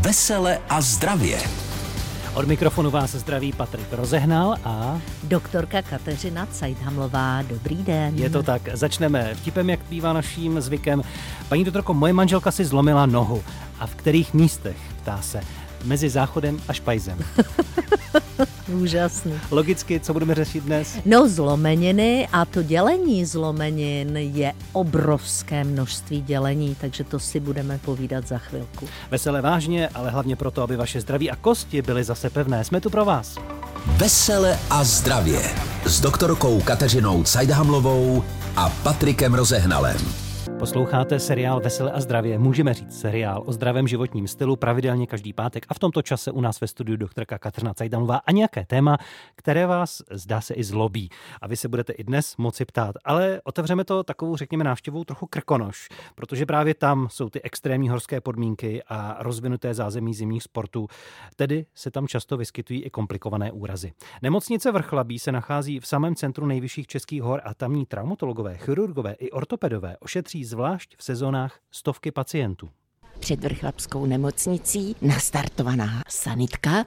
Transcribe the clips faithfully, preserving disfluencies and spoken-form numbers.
Vesele a zdravě. Od mikrofonu vás zdraví Patrik Rozehnal a doktorka Kateřina Cajdhamlová. Dobrý den. Je to tak. Začneme vtipem, jak bývá naším zvykem. Paní doktorko, moje manželka si zlomila nohu. A v kterých místech? Ptá se. Mezi záchodem a špajzem. Úžasný. Logicky, co budeme řešit dnes? No, zlomeniny a to dělení zlomenin je obrovské množství dělení, takže to si budeme povídat za chvilku. Veselé vážně, ale hlavně proto, aby vaše zdraví a kosti byly zase pevné. Jsme tu pro vás. Vesele a zdravě s doktorkou Kateřinou Cajdhamlovou a Patrikem Rozehnalem. Posloucháte seriál Vesele a zdravě, můžeme říct seriál o zdravém životním stylu pravidelně každý pátek a v tomto čase u nás ve studiu doktorka Kateřina Cajdhamlová a nějaké téma, které vás zdá se i zlobí. A vy se budete i dnes moci ptát, ale otevřeme to takovou, řekněme, návštěvou trochu Krkonoš, protože právě tam jsou ty extrémní horské podmínky a rozvinuté zázemí zimních sportů, tedy se tam často vyskytují i komplikované úrazy. Nemocnice Vrchlabí se nachází v samém centru nejvyšších českých hor a tamní traumatologové, chirurgové i ortopedové ošetří zvlášť v sezónách stovky pacientů. Před Vrchlabskou nemocnicí nastartovaná sanitka,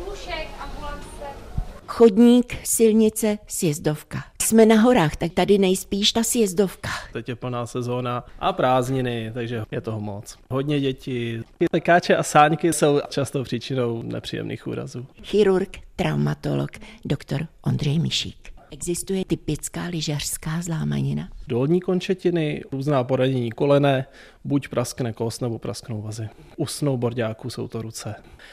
chodník, silnice, sjezdovka. Jsme na horách, tak tady nejspíš ta sjezdovka. Teď je plná sezóna a prázdniny, takže je toho moc. Hodně dětí. Tekáče a sáňky jsou často příčinou nepříjemných úrazů. Chirurg, traumatolog, doktor Ondřej Mišík. Existuje typická lyžařská zlámanina? Dolní končetiny, různá poranění kolene, buď praskne kost nebo prasknou vazy. U snowboardáků jsou to ruce.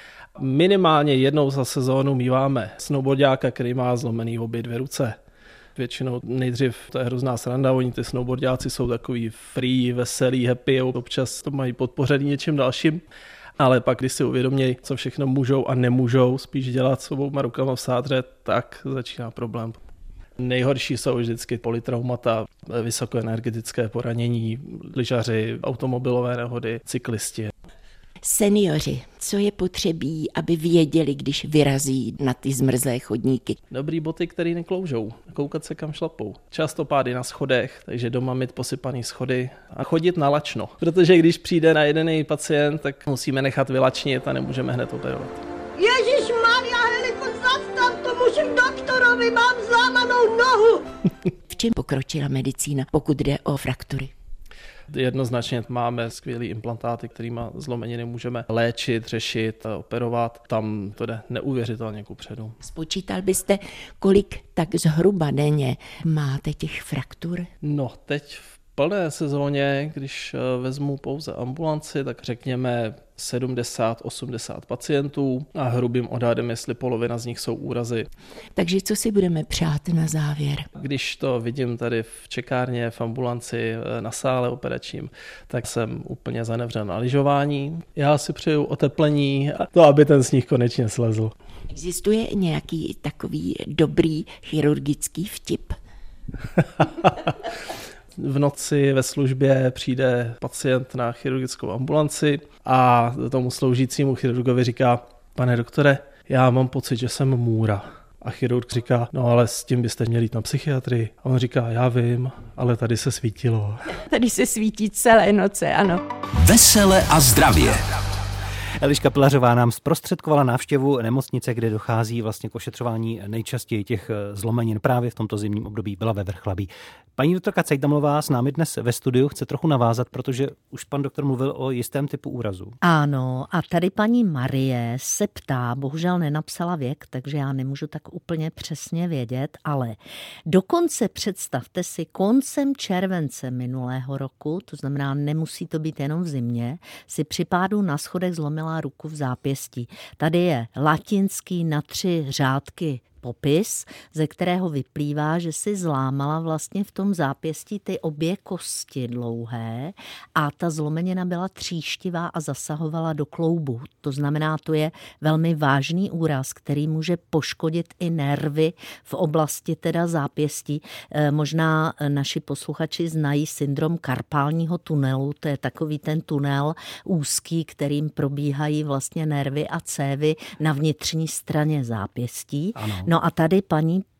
Minimálně jednou za sezónu míváme snowboardáka, který má zlomený obě dvě ruce. Většinou nejdřív to je hrozná sranda, oni ty snowboardáci jsou takový free, veselý, happy, občas to mají podpořený něčím dalším. Ale pak, když si uvědomějí, co všechno můžou a nemůžou spíš dělat s obouma rukama v sádře, tak začíná problém. Nejhorší jsou vždycky polytraumata, vysokoenergetické poranění, lyžaři, automobilové nehody, cyklisti. Seniori, co je potřebí, aby věděli, když vyrazí na ty zmrzlé chodníky? Dobrý boty, které nekloužou, koukat se kam šlapou. Často pády na schodech, takže doma mít posypaný schody a chodit na lačno. Protože když přijde na jeden pacient, tak musíme nechat vylačnit a nemůžeme hned operovat. Ježišmarja, Heliku, zastav to, musím doktorovi, mám zlámanou nohu. V čem pokročila medicína, pokud jde o fraktury? Jednoznačně máme skvělý implantáty, kterými zlomeniny můžeme léčit, řešit, operovat. Tam to jde neuvěřitelně kupředu. Spočítal byste, kolik tak zhruba denně máte těch fraktur? No, teď v plné sezóně, když vezmu pouze ambulanci, tak řekněme sedmdesát osmdesát pacientů a hrubým odhadem, jestli polovina z nich jsou úrazy. Takže co si budeme přát na závěr? Když to vidím tady v čekárně, v ambulanci, na sále operačním, tak jsem úplně zanevřen na lyžování. Já si přeju oteplení a to, aby ten sníh konečně slezl. Existuje nějaký takový dobrý chirurgický vtip? V noci ve službě přijde pacient na chirurgickou ambulanci a tomu sloužícímu chirurgovi říká: pane doktore, já mám pocit, že jsem můra. A chirurg říká: no ale s tím byste měli jít na psychiatrii. A on říká: já vím, ale tady se svítilo. Tady se svítí celé noce, ano. Vesele a zdravě. Eliška Pilařová nám zprostředkovala návštěvu nemocnice, kde dochází vlastně k ošetřování nejčastěji těch zlomenin právě v tomto zimním období, byla ve Vrchlabí. Paní doktorka Cajdhamlová s námi dnes ve studiu chce trochu navázat, protože už pan doktor mluvil o jistém typu úrazu. Ano, a tady paní Marie se ptá, bohužel nenapsala věk, takže já nemůžu tak úplně přesně vědět, ale dokonce představte si koncem července minulého roku, to znamená, nemusí to být jenom v zimě, si při pádu na schodech zlomila ruku v zápěstí. Tady je latinský na tři řádky popis, ze kterého vyplývá, že si zlámala vlastně v tom zápěstí ty obě kosti dlouhé a ta zlomenina byla tříštivá a zasahovala do kloubu. To znamená, to je velmi vážný úraz, který může poškodit i nervy v oblasti teda zápěstí. E, možná naši posluchači znají syndrom karpálního tunelu, to je takový ten tunel úzký, kterým probíhají vlastně nervy a cévy na vnitřní straně zápěstí. Ano. No a tady paní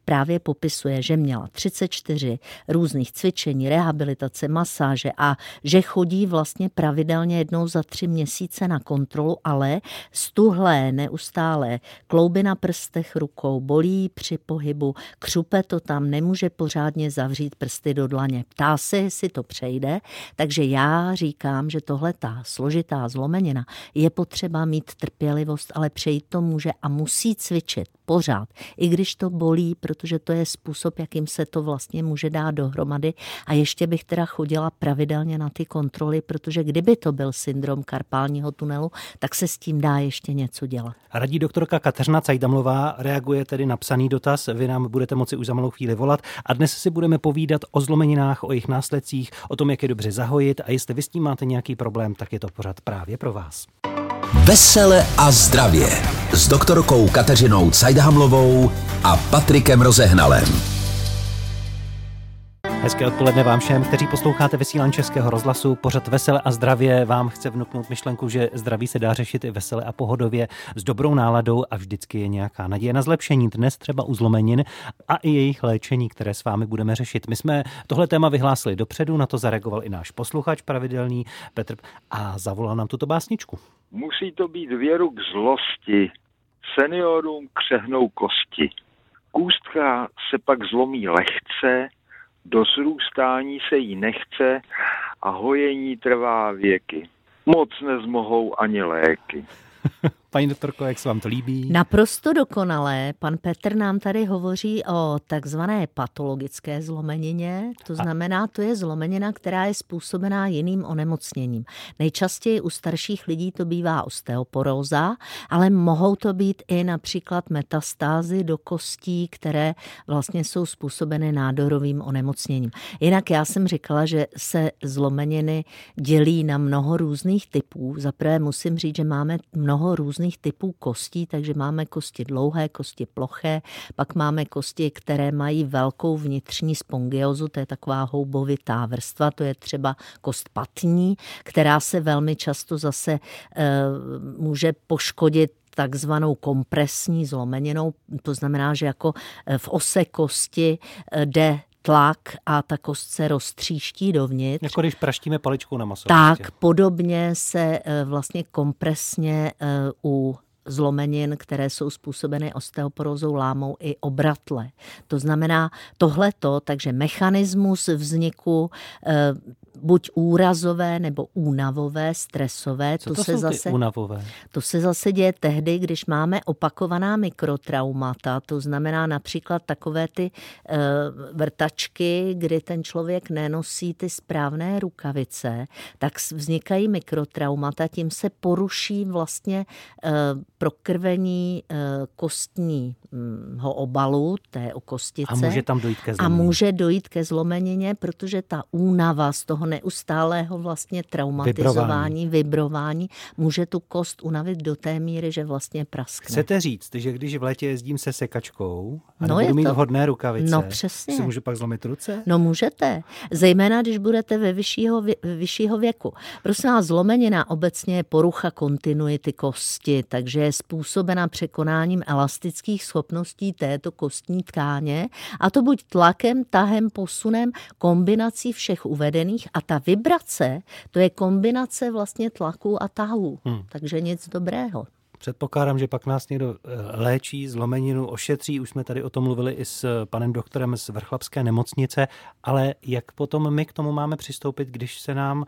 právě popisuje, že měla třicet čtyři různých cvičení, rehabilitace, masáže a že chodí vlastně pravidelně jednou za tři měsíce na kontrolu, ale stuhlé neustále klouby na prstech rukou, bolí při pohybu, křupe to tam, nemůže pořádně zavřít prsty do dlaně. Ptá se, jestli to přejde, takže já říkám, že tohle ta složitá zlomenina je potřeba mít trpělivost, ale přejít to může a musí cvičit pořád, i když to bolí, protože to je způsob, jakým se to vlastně může dát dohromady. A ještě bych teda chodila pravidelně na ty kontroly, protože kdyby to byl syndrom karpálního tunelu, tak se s tím dá ještě něco dělat. Radí doktorka Kateřina Cajdamlová, reaguje tedy na psaný dotaz, vy nám budete moci už za malou chvíli volat a dnes si budeme povídat o zlomeninách, o jejich následcích, o tom, jak je dobře zahojit a jestli vy s tím máte nějaký problém, tak je to pořád právě pro vás. Vesele a zdravě s doktorkou Kateřinou Cajdhamlovou a Patrikem Rozehnalem. Hezké odpoledne vám všem, kteří posloucháte vysílání Českého rozhlasu. Pořad Vesele a zdravě vám chce vnuknout myšlenku, že zdraví se dá řešit i vesele a pohodově s dobrou náladou a vždycky je nějaká naděje na zlepšení. Dnes třeba u zlomenin a i jejich léčení, které s vámi budeme řešit. My jsme tohle téma vyhlásili dopředu, na to zareagoval i náš posluchač pravidelný Petr a zavolal nám tuto básničku. Musí to být věru k zlosti, seniorům křehnou kosti. Kůstka se pak zlomí lehce, do zrůstání se jí nechce a hojení trvá věky. Moc nezmohou ani léky. Paní doktorko, jak se vám to líbí? Naprosto dokonalé. Pan Petr nám tady hovoří o takzvané patologické zlomenině. To znamená, to je zlomenina, která je způsobená jiným onemocněním. Nejčastěji u starších lidí to bývá osteoporóza, ale mohou to být i například metastázy do kostí, které vlastně jsou způsobeny nádorovým onemocněním. Jinak já jsem říkala, že se zlomeniny dělí na mnoho různých typů. Zaprvé musím říct, že máme mnoho různých typů kostí, takže máme kosti dlouhé, kosti ploché, pak máme kosti, které mají velkou vnitřní spongiózu, to je taková houbovitá vrstva, to je třeba kost patní, která se velmi často zase e, může poškodit takzvanou kompresní zlomeninou, to znamená, že jako v ose kosti jde tlak a ta kost se roztříští dovnitř. Jako když praštíme paličkou na maso. Tak prostě. Podobně se vlastně kompresně u zlomenin, které jsou způsobeny osteoporózou, lámou i obratle. To znamená tohleto, takže mechanismus vzniku buď úrazové nebo únavové, stresové. Co to, to se jsou zase, ty únavové? To se zase děje tehdy, když máme opakovaná mikrotraumata, to znamená například takové ty e, vrtačky, kdy ten člověk nenosí ty správné rukavice, tak vznikají mikrotraumata, tím se poruší vlastně e, prokrvení e, kostního obalu, té kostice. A může tam dojít ke zlomenině. A může dojít ke zlomenině, protože ta únava z toho neustálého vlastně traumatizování, vibrování. vibrování, může tu kost unavit do té míry, že vlastně praskne. Chcete říct, že když v létě jezdím se sekačkou a no nebudu mít to... vhodné rukavice, no, přesně. si můžu pak zlomit ruce? No můžete, zejména když budete ve vyššího, vě... vyššího věku. Prosím vás, zlomenina obecně je porucha kontinuity kosti, takže je způsobena překonáním elastických schopností této kostní tkáně, a to buď tlakem, tahem, posunem, kombinací všech uvedených, a ta vibrace, to je kombinace vlastně tlaku a tahu. Hmm. Takže nic dobrého. Předpokládám, že pak nás někdo léčí zlomeninu, ošetří, už jsme tady o tom mluvili i s panem doktorem z Vrchlabské nemocnice, ale jak potom my k tomu máme přistoupit, když se nám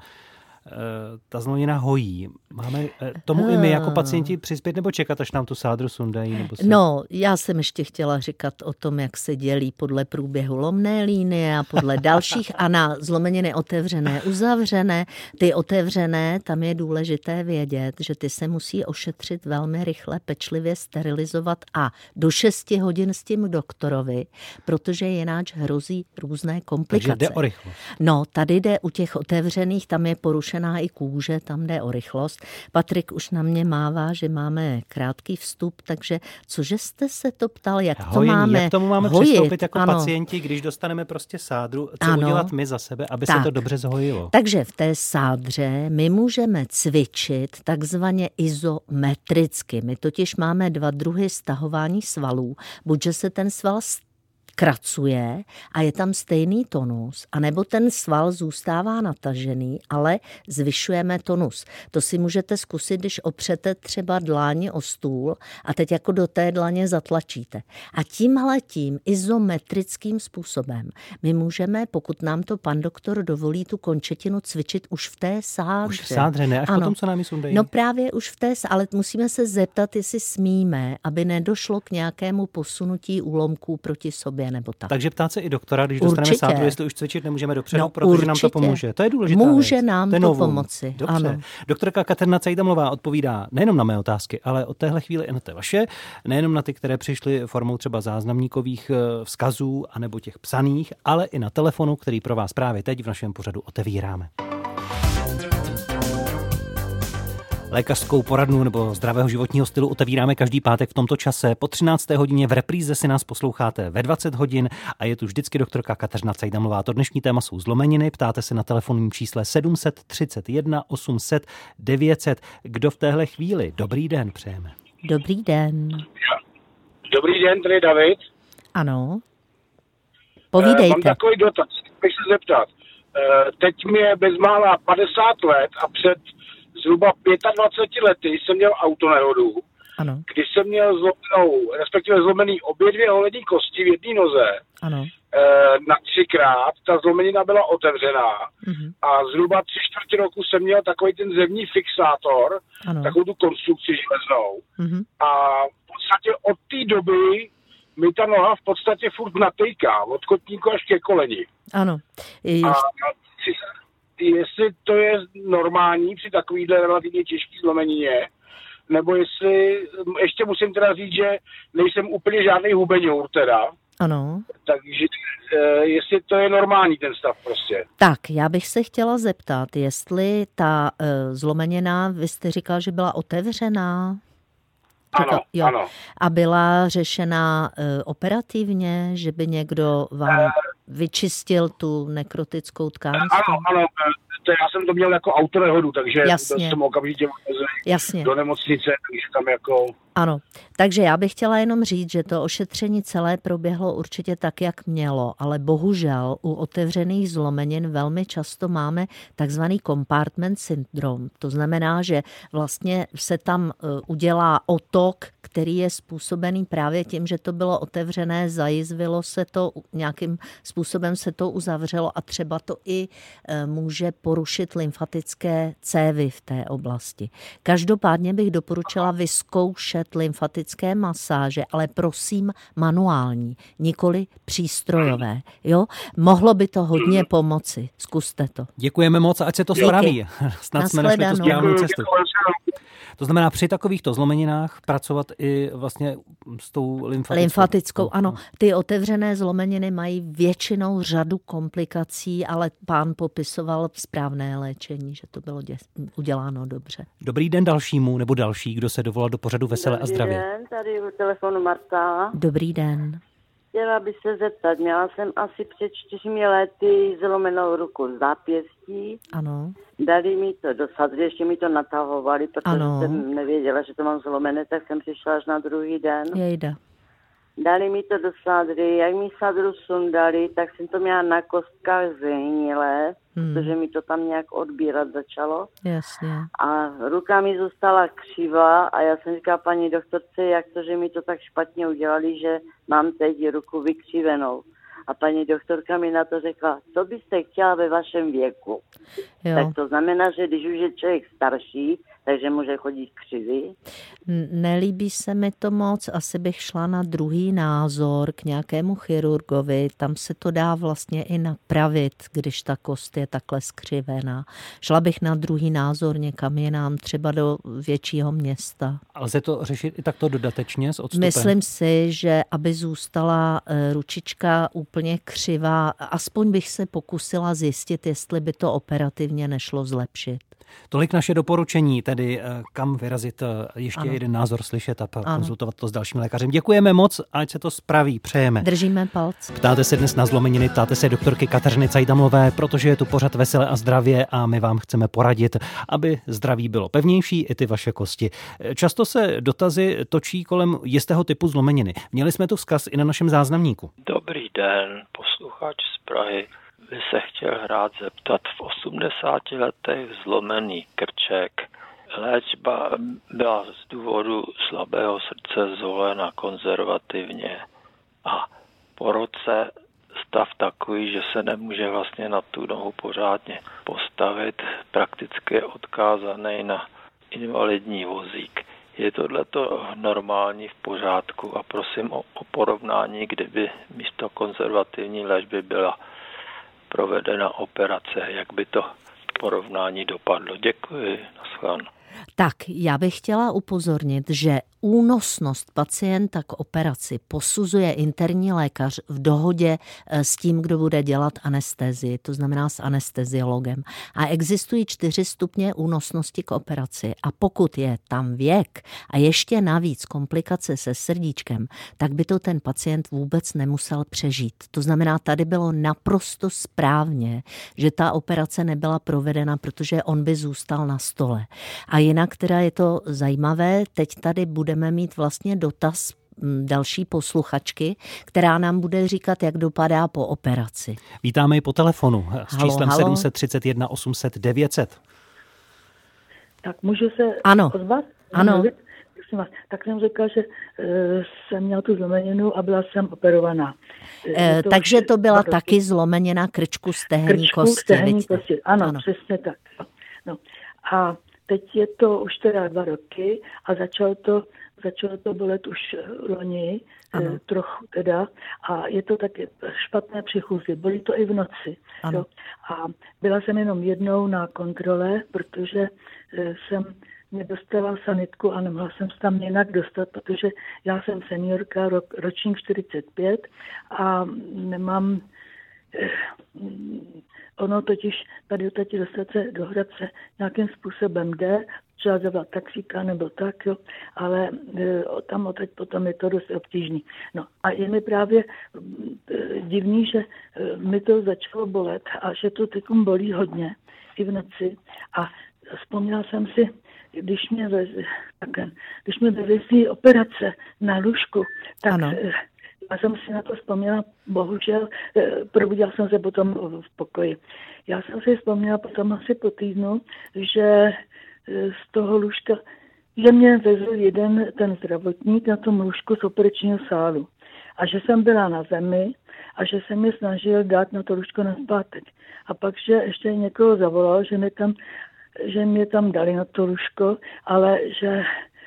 ta zlomenina hojí? Máme tomu hmm. i my jako pacienti přispět nebo čekat, až nám tu sádru sundají? Nebo se... No, já jsem ještě chtěla říkat o tom, jak se dělí podle průběhu lomné línie a podle dalších a na zlomeniny otevřené, uzavřené. Ty otevřené, tam je důležité vědět, že ty se musí ošetřit velmi rychle, pečlivě sterilizovat a do šesti hodin s tím doktorovi, protože jináč hrozí různé komplikace. Takže jde o rychlost. No, tady jde u těch otevřených, tam je porušená i kůže, tam jde o rychlost. Patrik už na mě mává, že máme krátký vstup, takže cože jste se to ptal, jak Hojení, to máme jak tomu máme hojit, přistoupit jako ano. pacienti, když dostaneme prostě sádru, co ano. udělat my za sebe, aby tak. se to dobře zhojilo? Takže v té sádře my můžeme cvičit takzvaně izometricky. My totiž máme dva druhy stahování svalů. Buď, že se ten sval zkracuje a je tam stejný tonus, anebo ten sval zůstává natažený, ale zvyšujeme tonus. To si můžete zkusit, když opřete třeba dláni o stůl a teď jako do té dlaně zatlačíte. A tímhletím izometrickým způsobem my můžeme, pokud nám to pan doktor dovolí, tu končetinu cvičit už v té sádře. Už v sádře, ne až ano. potom, co nám ji sundají. No právě už v té, ale musíme se zeptat, jestli smíme, aby nedošlo k nějakému posunutí úlomků proti sobě nebo tak. Takže ptát se i doktora, když dostaneme Určitě. sádru, jestli už cvičit nemůžeme dopředu, No, protože určitě. nám to pomůže. To je důležité. Může nám to, to pomoci. Dobře. Ano. Doktorka Kateřina Cajdamlová odpovídá nejenom na mé otázky, ale od téhle chvíli i na té vaše, nejenom na ty, které přišly formou třeba záznamníkových vzkazů anebo těch psaných, ale i na telefonu, který pro vás právě teď v našem pořadu otevíráme. Lékařskou poradnu nebo zdravého životního stylu otevíráme každý pátek v tomto čase. Po třinácté hodině v repríze si nás posloucháte ve dvacet hodin a je tu vždycky doktorka Kateřina Cajdamlová. To dnešní téma jsou zlomeniny. Ptáte se na telefonním čísle sedm set třicet jedna osm set devět set. Kdo v téhle chvíli? Dobrý den přejeme. Dobrý den. Dobrý den, tady David. Ano. Povídejte. Mám takový dotaz, bych se zeptat. Teď mi je bezmála padesát let a před zhruba dvaceti pěti lety jsem měl autonehodu, ano. kdy jsem měl zlomenou, respektive zlomený obě dvě holední kosti v jedné noze. Ano. Na třikrát. Ta zlomenina byla otevřená Uh-huh. a zhruba tři čtvrtě roku jsem měl takový ten zevní fixátor, ano. takovou tu konstrukci železnou. Uh-huh. A v podstatě od té doby mi ta noha v podstatě furt natejká, od kotníku až ke koleni. Ano. I... A jestli to je normální při takovýhle relativně těžký zlomenině, nebo jestli, ještě musím teda říct, že nejsem úplně žádný hubeňour teda. Ano. Takže jestli to je normální ten stav prostě. Tak, já bych se chtěla zeptat, jestli ta uh, zlomenina, vy jste říkal, že byla otevřená? Ano, jo. ano. A byla řešena uh, operativně, že by někdo vám uh, vyčistil tu nekrotickou tkáň? Ano, ano, to já jsem to měl jako autonehodu, takže Jasně. jsem okamžitě Jasně. do nemocnice, takže tam jako... Ano, takže já bych chtěla jenom říct, že to ošetření celé proběhlo určitě tak, jak mělo, ale bohužel u otevřených zlomenin velmi často máme takzvaný compartment syndrom. To znamená, že vlastně se tam udělá otok, který je způsobený právě tím, že to bylo otevřené, zajizvilo se to, nějakým způsobem se to uzavřelo a třeba to i může porušit lymfatické cévy v té oblasti. Každopádně bych doporučila vyzkoušet lymfatické masáže, ale prosím manuální, nikoli přístrojové. Jo? Mohlo by to hodně pomoci. Zkuste to. Děkujeme moc, ať se to spraví. Snad jsme našli tu správnou cestu. To znamená při takovýchto zlomeninách pracovat i vlastně s tou lymfatickou. Lymfatickou, ano. Ty otevřené zlomeniny mají většinou řadu komplikací, ale pán popisoval správné léčení, že to bylo dě- uděláno dobře. Dobrý den dalšímu nebo další, kdo se dovolal do pořadu Veselé a zdravě. Dobrý den, tady u telefonu Marta. Dobrý den. Chtěla bych se zeptat, měla jsem asi před čtyřmi lety zlomenou ruku z zápěstí. Ano. Dali mi to do sadry, ještě mi to natahovali, protože ano. jsem nevěděla, že to mám zlomené, tak jsem přišla až na druhý den. Jejda. Dali mi to do sadry, jak mi sadru sundali, tak jsem to měla na kostkách zhnilé, hmm. protože mi to tam nějak odbírat začalo. Jasně. A ruka mi zůstala křivá a já jsem říkala paní doktorce, jak to, že mi to tak špatně udělali, že mám teď ruku vykřivenou. A paní doktorka mi na to řekla, co byste chtěla ve vašem věku. Jo. Tak to znamená, že když už je člověk starší, takže může chodit křivý. Nelíbí se mi to moc, asi bych šla na druhý názor k nějakému chirurgovi, tam se to dá vlastně i napravit, když ta kost je takhle skřivená. Šla bych na druhý názor někam jinam, třeba do většího města. Ale lze to řešit i takto dodatečně s odstupem? Myslím si, že aby zůstala ručička úplně křivá, aspoň bych se pokusila zjistit, jestli by to operativně nešlo zlepšit. Tolik naše doporučení, tedy kam vyrazit, ještě ano. jeden názor slyšet a ano. konzultovat to s dalším lékařem. Děkujeme moc, ať se to spraví, přejeme. Držíme palce. Ptáte se dnes na zlomeniny, ptáte se doktorky Kateřiny Cajdamlové, protože je tu pořad Vesele a zdravě a my vám chceme poradit, aby zdraví bylo pevnější i ty vaše kosti. Často se dotazy točí kolem jistého typu zlomeniny. Měli jsme tu vzkaz i na našem záznamníku. Dobrý den, posluchač z Prahy. By se chtěl rád zeptat, v osmdesáti letech zlomený krček. Léčba byla z důvodu slabého srdce zvolena konzervativně a po roce stav takový, že se nemůže vlastně na tu nohu pořádně postavit, prakticky je odkázaný na invalidní vozík. Je tohleto normální, v pořádku a prosím o, o porovnání, kdyby místo konzervativní léčby byla provedena operace, jak by to porovnání dopadlo. Děkuji, naschledanou. Tak, já bych chtěla upozornit, že únosnost pacienta k operaci posuzuje interní lékař v dohodě s tím, kdo bude dělat anestezii, to znamená s anesteziologem. A existují čtyři stupně únosnosti k operaci a pokud je tam věk a ještě navíc komplikace se srdíčkem, tak by to ten pacient vůbec nemusel přežít. To znamená, tady bylo naprosto správně, že ta operace nebyla provedena, protože on by zůstal na stole. A jinak teda je to zajímavé, teď tady budeme mít vlastně dotaz další posluchačky, která nám bude říkat, jak dopadá po operaci. Vítáme ji po telefonu s halo, číslem halo. sedm set třicet jedna osm set devět set. Tak můžu se ano. ozvat? Ano. Vás. Tak jsem řekla, že e, jsem měla tu zlomeninu a byla jsem operovaná. E, to takže to byla roky. Taky zlomenina krčku stehenní kosti. Stehenní kosti. Ano, ano, přesně tak. No. A teď je to už teda dva roky a začalo to, začalo to bolet už loni, e, trochu teda, a je to taky špatné příchůzy, bolí to i v noci. Jo. A byla jsem jenom jednou na kontrole, protože e, jsem nedostala sanitku a nemohla jsem se tam jinak dostat, protože já jsem seniorka, ro, ročník čtyřicet pět a nemám... Eh, ono totiž tady tady dostat se do Hradce nějakým způsobem jde, třeba zavolat taxíka nebo tak, jo, ale e, tam odtaď potom je to dost obtížný. No a je mi právě e, divný, že e, mi to začalo bolet a že to teď bolí hodně i v noci a vzpomněla jsem si, když mě vez, tak, když mě vyvezli operace na lůžku, tak ano. Já jsem si na to vzpomněla, bohužel, probudila jsem se potom v pokoji. Já jsem si vzpomněla potom asi po týdnu, že z toho lůžka, že mě vezl jeden ten zdravotník na tom lůžku z operačního sálu. A že jsem byla na zemi a že se mě snažil dát na to lůžko nazpátek. A pak, že ještě někoho zavolal, že mě tam, že mě tam dali na to lůžko, ale že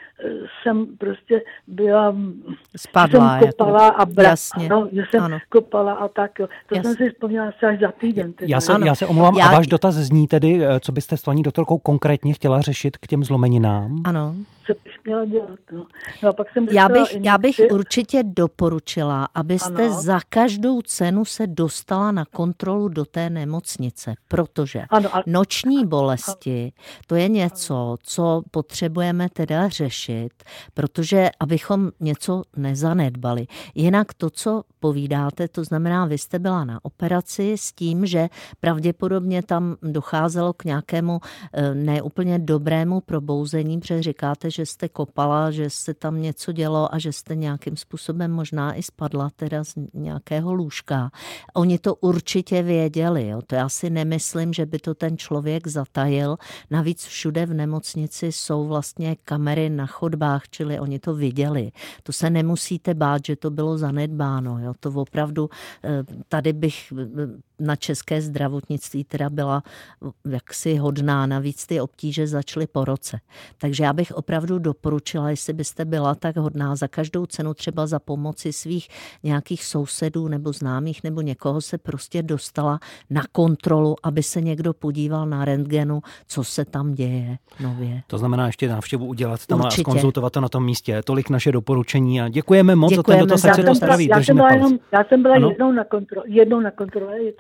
jsem prostě byla, spadla, jsem kopala jako, a bra, jasně, no, že jsem ano. kopala a tak, jo. To jasně. jsem si vzpomněla asi až za týden. Teda. Já se, já se omlouvám, já... a váš dotaz zní tedy, co byste s paní doktorkou konkrétně chtěla řešit k těm zlomeninám? Ano. Co bych měla dělat, no. No a pak jsem já, bych, já bych určitě doporučila, abyste ano. za každou cenu se dostala na kontrolu do té nemocnice, protože ano, a... noční bolesti, to je něco, co potřebujeme teda řešit, protože abychom něco nezanedbali. Jinak to, co povídáte, to znamená, vy jste byla na operaci s tím, že pravděpodobně tam docházelo k nějakému neúplně dobrému probouzení, protože říkáte, že jste kopala, že se tam něco dělo a že jste nějakým způsobem možná i spadla teda z nějakého lůžka. Oni to určitě věděli, jo. To já si nemyslím, že by to ten člověk zatajil. Navíc všude v nemocnici jsou vlastně kamery na chodbách, čili oni to viděli. To se nemusíte bát, že to bylo zanedbáno, jo. To opravdu, tady bych na české zdravotnictví teda byla jaksi hodná, navíc ty obtíže začaly po roce. Takže já bych opravdu doporučila, jestli byste byla tak hodná za každou cenu, třeba za pomoci svých nějakých sousedů nebo známých nebo někoho se prostě dostala na kontrolu, aby se někdo podíval na rentgenu, co se tam děje nově. To znamená ještě návštěvu udělat tam určitě. A zkonzultovat to na tom místě. Tolik naše doporučení a děkujeme moc děkujeme za ten dotaz, ať se to spraví. Já jsem byla, jenom, já jsem byla jednou na, kontrole, jednou na kontrole, je to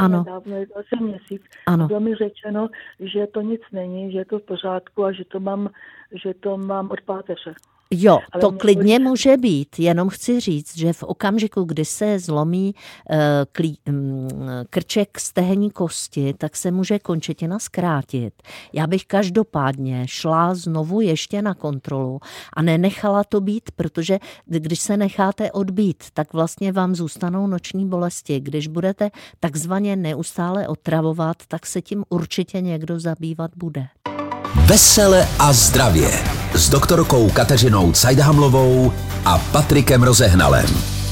ano. Dávno je to asi měsíc. Ano. Bylo mi řečeno, že to nic není, že je to v pořádku a že to mám, že to mám od páteře. Jo, ale to klidně bude... může být, jenom chci říct, že v okamžiku, kdy se zlomí uh, klí, um, krček stehenní kosti, tak se může končetina zkrátit. Já bych každopádně šla znovu ještě na kontrolu a nenechala to být, protože když se necháte odbít, tak vlastně vám zůstanou noční bolesti. Když budete takzvaně neustále otravovat, tak se tím určitě někdo zabývat bude. Vesele a zdravě s doktorkou Kateřinou Cajdhamlovou a Patrikem Rozehnalem.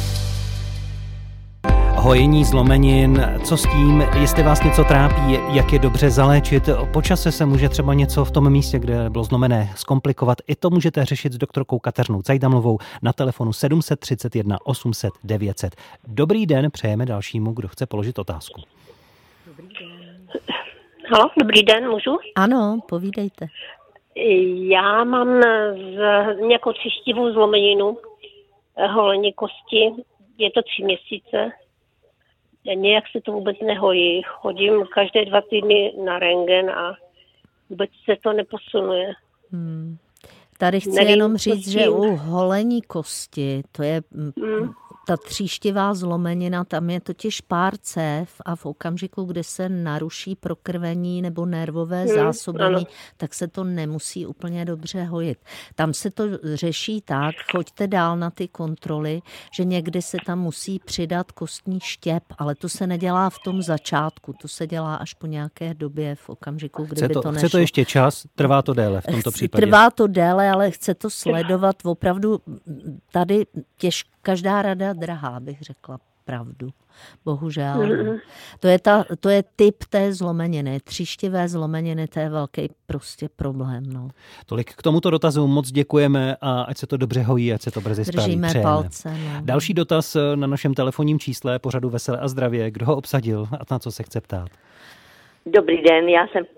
Hojení zlomenin, co s tím, jestli vás něco trápí, jak je dobře zaléčit. Po čase se může třeba něco v tom místě, kde bylo zlomené, zkomplikovat. I to můžete řešit s doktorkou Kateřinou Cajdhamlovou na telefonu sedm set třicet jedna osm set devět set. Dobrý den, přejeme dalšímu, kdo chce položit otázku. Dobrý den. Halo, dobrý den, můžu? Ano, povídejte. Já mám z nějakou třištivou zlomeninu holení kosti, je to tři měsíce. Nějak se to vůbec nehojí. Chodím každé dva týdny na rentgen a vůbec se to neposunuje. Hmm. Tady chci Nevím, jenom říct, že u holení kosti, to je hmm. ta tříštivá zlomenina, tam je totiž pár cév a v okamžiku, kdy se naruší prokrvení nebo nervové hmm. zásobení, ano. tak se to nemusí úplně dobře hojit. Tam se to řeší tak, choďte dál na ty kontroly, že někdy se tam musí přidat kostní štěp, ale to se nedělá v tom začátku, to se dělá až po nějaké době v okamžiku, kdyby to, to nešlo. Chce to ještě čas? Trvá to déle v tomto případě? Trvá to déle, ale chce to sledovat opravdu tady těžko. Každá rada drahá, bych řekla pravdu. Bohužel. Mm-hmm. To je, ta, to je typ té zlomeniny. Tříštivé zlomeniny, to je velký prostě problém. No. Tolik k tomuto dotazu moc děkujeme a ať se to dobře hojí, ať se to brzy spraví. Držíme přejeme. palce. No. Další dotaz na našem telefonním čísle pořadu Vesele a zdravě. Kdo ho obsadil a na co se chce ptát? Dobrý den, já jsem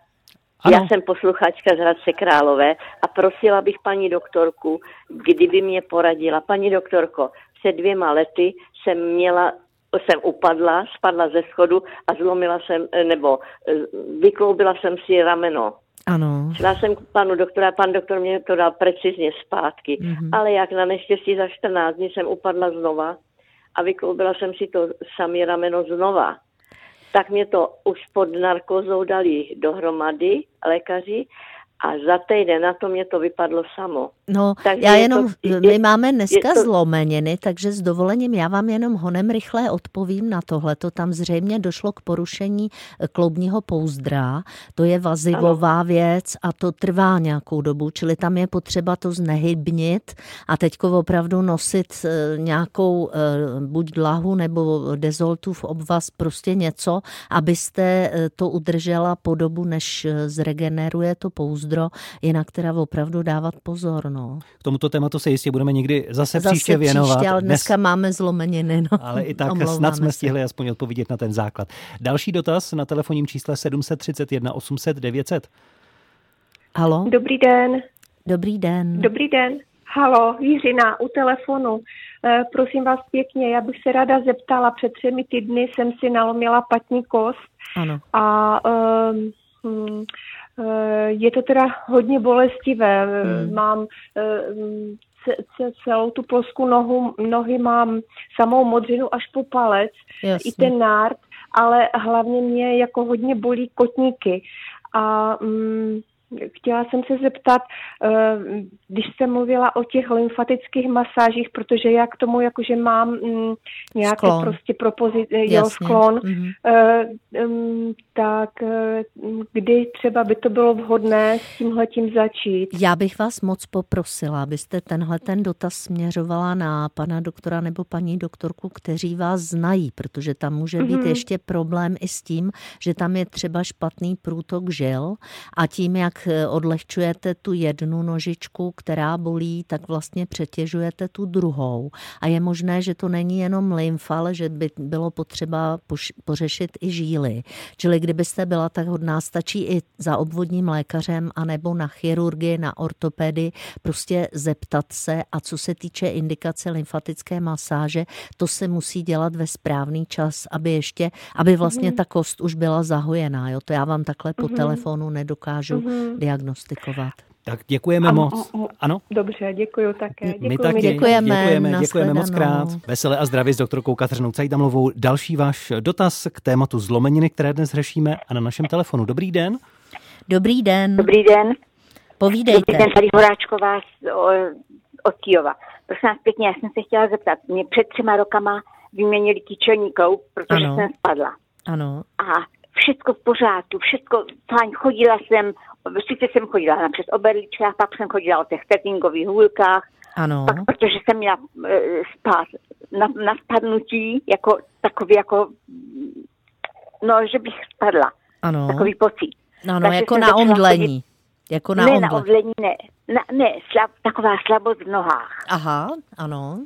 Ano. Já jsem posluchačka z Hradce Králové a prosila bych paní doktorku, kdyby mě poradila. Paní doktorko, před dvěma lety jsem měla, jsem upadla, spadla ze schodu a zlomila jsem, nebo vykloubila jsem si rameno. Ano. Šla jsem k panu doktora, pan doktor mě to dal precizně zpátky, mm-hmm. ale jak na neštěstí za čtrnáct dní jsem upadla znova a vykloubila jsem si to samé rameno znova. Tak mě to už pod narkozou dali dohromady lékaři a za týden na to mě to vypadlo samo. No, takže já jenom, to, my je, máme dneska to... zlomeniny, takže s dovolením já vám jenom honem rychle odpovím na tohle. To tam zřejmě došlo k porušení kloubního pouzdra, to je vazivová ano. věc a to trvá nějakou dobu, čili tam je potřeba to znehybnit a teďko opravdu nosit nějakou buď dlahu nebo dezoltův obvaz, prostě něco, abyste to udržela po dobu, než zregeneruje to pouzdro, jinak teda opravdu dávat pozor. No. K tomuto tématu se jistě budeme někdy zase, zase příště věnovat. Příště, ale dneska Dnes... máme zlomeniny. No. Ale i tak snad jsme stihli aspoň odpovědět na ten základ. Další dotaz na telefonním čísle sedm set třicet jedna osm set devět set. Halo? Dobrý den. Dobrý den. Dobrý den. Halo, Jiřina, u telefonu. E, prosím vás pěkně, já bych se ráda zeptala, před třemi týdny jsem si nalomila patní kost. Ano. A... E, hm, je to teda hodně bolestivé. Hmm. Mám celou tu ploskou nohu, nohy mám samou modřinu až po palec, Jasně. i ten nárt, ale hlavně mě jako hodně bolí kotníky. A mm, chtěla jsem se zeptat, když jste mluvila o těch lymfatických masážích, protože já k tomu jakože mám mm, nějaký sklon. prostě propozit, jo, sklon, mm-hmm. um, tak kdy třeba by to bylo vhodné s tímhletím začít? Já bych vás moc poprosila, abyste tenhle ten dotaz směřovala na pana doktora nebo paní doktorku, kteří vás znají, protože tam může být mm-hmm. ještě problém i s tím, že tam je třeba špatný průtok žil a tím, jak jak odlehčujete tu jednu nožičku, která bolí, tak vlastně přetěžujete tu druhou. A je možné, že to není jenom lymfa, ale že by bylo potřeba pořešit i žíly. Čili kdybyste byla tak hodná, stačí i za obvodním lékařem anebo na chirurgii, na ortopedii, prostě zeptat se. A co se týče indikace lymfatické masáže, to se musí dělat ve správný čas, aby ještě, aby vlastně ta kost už byla zahojená. Jo? To já vám takhle po mm-hmm. telefonu nedokážu mm-hmm. diagnostikovat. Tak děkujeme ano, moc. Ano? Dobře, děkuju také. Děkuju, My taky děkujeme, děkujeme, děkujeme moc krát. Vesele a zdraví s doktorkou Kateřinou Cajdamlovou. Další váš dotaz k tématu zlomeniny, které dnes řešíme a na našem telefonu. Dobrý den. Dobrý den. Dobrý den. Povídejte. Dobrý den, tady Horáčková od Kyjova. Prosím vás pěkně, já jsem se chtěla zeptat. Mě před třema rokama vyměnili kyčelníkou, protože ano. jsem spadla. Ano. A všechno v pořádku, všechno fajn. Chodila jsem, sice jsem chodila na přes oberličkách, pak jsem chodila o těch trekkingových hůlkách. Ano. Pak, protože jsem měla e, spát na, na spadnutí, jako takový jako, no, že bych spadla. Ano. Takový pocit. Ano, takže jako na omdlení. Chodit, jako na ne, omdlení. na omdlení, ne. Na, ne, slab, taková slabost v nohách. Aha, ano.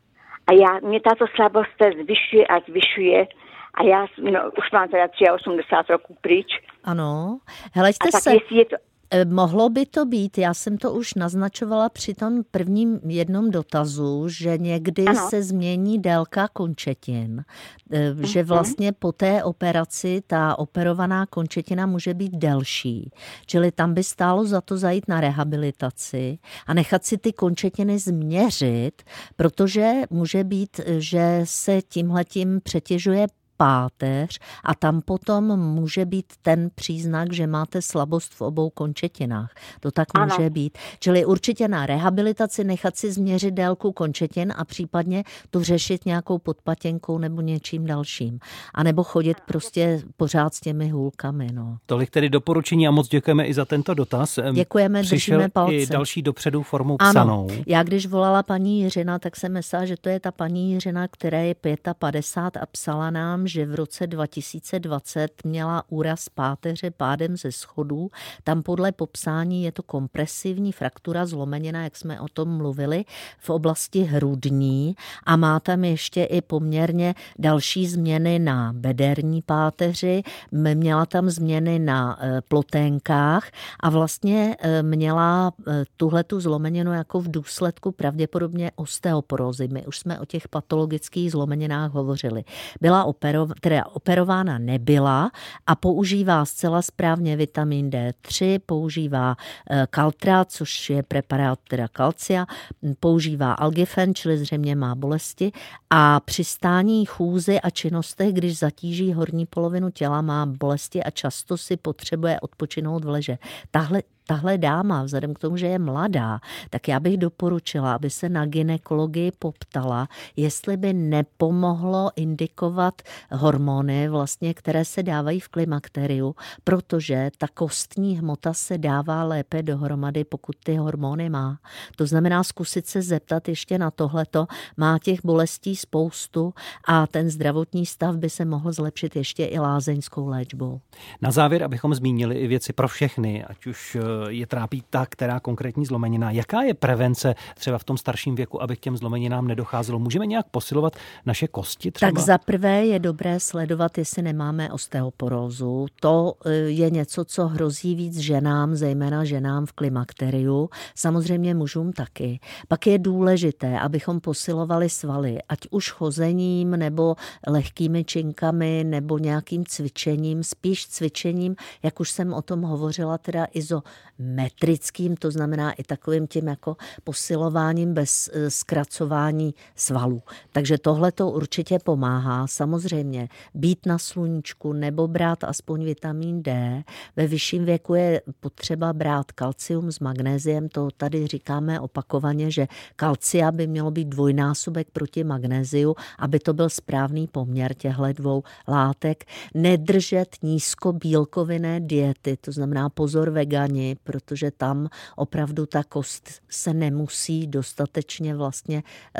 A já, mě tato slabost se zvyšuje a zvyšuje. A já no, už mám teda osmdesát tři roků pryč. Ano. Heleďte a se, tak je to... mohlo by to být, já jsem to už naznačovala při tom prvním jednom dotazu, že někdy ano. se změní délka končetin, uh-huh. že vlastně po té operaci ta operovaná končetina může být delší. Čili tam by stálo za to zajít na rehabilitaci a nechat si ty končetiny změřit, protože může být, že se tímhletím přetěžuje páteř a tam potom může být ten příznak, že máte slabost v obou končetinách. To tak ano. může být. Čili určitě na rehabilitaci nechat si změřit délku končetin a případně to řešit nějakou podpatěnkou nebo něčím dalším. A nebo chodit prostě pořád s těmi hůlkami. No. Tolik tedy doporučení a moc děkujeme i za tento dotaz. Děkujeme, Přišel držíme palce. I další dopředu formou ano. psanou. Já když volala paní Jiřina, tak jsem myslela, že to je ta paní Jiřina, která je padesát pět a psala nám, že v roce dva tisíce dvacet měla úraz páteře pádem ze schodů. Tam podle popsání je to kompresivní fraktura, zlomenina, jak jsme o tom mluvili, v oblasti hrudní a má tam ještě i poměrně další změny na bederní páteři, měla tam změny na ploténkách a vlastně měla tuhletu zlomeninu jako v důsledku pravděpodobně osteoporózy. My už jsme o těch patologických zlomeninách hovořili. Byla operov, teda operována nebyla a používá zcela správně vitamin D tři, používá kaltrát, což je preparát teda kalcia, používá algifen, čili zřejmě má bolesti a při stání, chůzi a činnostech, když zatíží horní polovinu těla, má bolesti a často si potřebuje odpočinout v leže. Tahle Tahle dáma, vzhledem k tomu, že je mladá, tak já bych doporučila, aby se na gynekologii poptala, jestli by nepomohlo indikovat hormony, vlastně, které se dávají v klimakteriu, protože ta kostní hmota se dává lépe dohromady, pokud ty hormony má. To znamená zkusit se zeptat ještě na tohleto, má těch bolestí spoustu a ten zdravotní stav by se mohl zlepšit ještě i lázeňskou léčbou. Na závěr, abychom zmínili i věci pro všechny, ať už je trápí ta, která konkrétní zlomenina. Jaká je prevence třeba v tom starším věku, aby k těm zlomeninám nedocházelo? Můžeme nějak posilovat naše kosti třeba? Tak za prvé je dobré sledovat, jestli nemáme osteoporózu. To je něco, co hrozí víc ženám, zejména ženám v klimakteriu. Samozřejmě mužům taky. Pak je důležité, abychom posilovali svaly, ať už chozením nebo lehkými činkami nebo nějakým cvičením, spíš cvičením, jak už jsem o tom hovořila, teda izo metrickým, to znamená i takovým tím jako posilováním bez zkracování svalů. Takže tohle to určitě pomáhá. Samozřejmě být na sluníčku nebo brát aspoň vitamin D. Ve vyšším věku je potřeba brát kalcium s magnéziem. To tady říkáme opakovaně, že kalcia by mělo být dvojnásobek proti magnéziu, aby to byl správný poměr těchto dvou látek. Nedržet nízkobílkovinné diety, to znamená pozor vegani, protože tam opravdu ta kost se nemusí dostatečně vlastně e,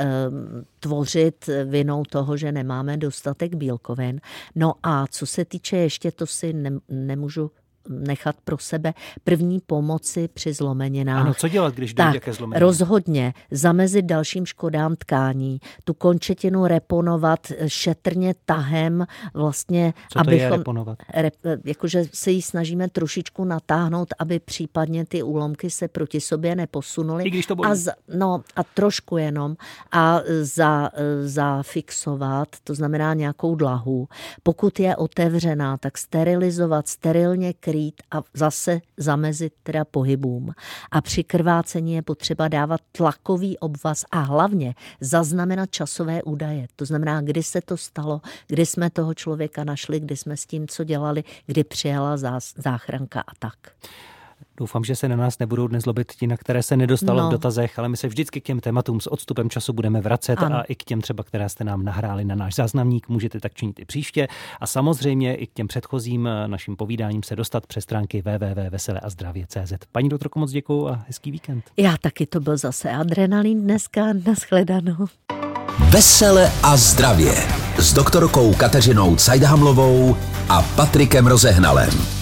tvořit vinou toho, že nemáme dostatek bílkovin. No a co se týče ještě, to si ne, nemůžu nechat pro sebe první pomoci při zlomeninách. Ano, co dělat, když dojde ke zlomenině? Rozhodně zamezit dalším škodám tkání, tu končetinu reponovat šetrně tahem, vlastně, co to abychom, je reponovat? Rep, jakože se jí snažíme trošičku natáhnout, aby případně ty úlomky se proti sobě neposunuly. I když to bolí. A z, no a trošku jenom a za, zafixovat, to znamená nějakou dlahu. Pokud je otevřená, tak sterilizovat, sterilně krýt a zase zamezit teda pohybům. A při krvácení je potřeba dávat tlakový obvaz a hlavně zaznamenat časové údaje. To znamená, kdy se to stalo, kdy jsme toho člověka našli, kdy jsme s tím, co dělali, kdy přijela záchranka a tak. Doufám, že se na nás nebudou dnes zlobit ti, na které se nedostalo no. v dotazech, ale my se vždycky k těm tématům s odstupem času budeme vracet ano. a i k těm třeba, které jste nám nahráli na náš záznamník, můžete tak činit i příště. A samozřejmě i k těm předchozím našim povídáním se dostat přes stránky w w w tečka vesele a zdravě tečka cé zet. Paní doktorko, moc děkuju a hezký víkend. Já taky, to byl zase adrenalin dneska, nashledanou. Vesele a zdravě s doktorkou Kateřinou Cajdahamlovou a Patrikem Rozehnalem.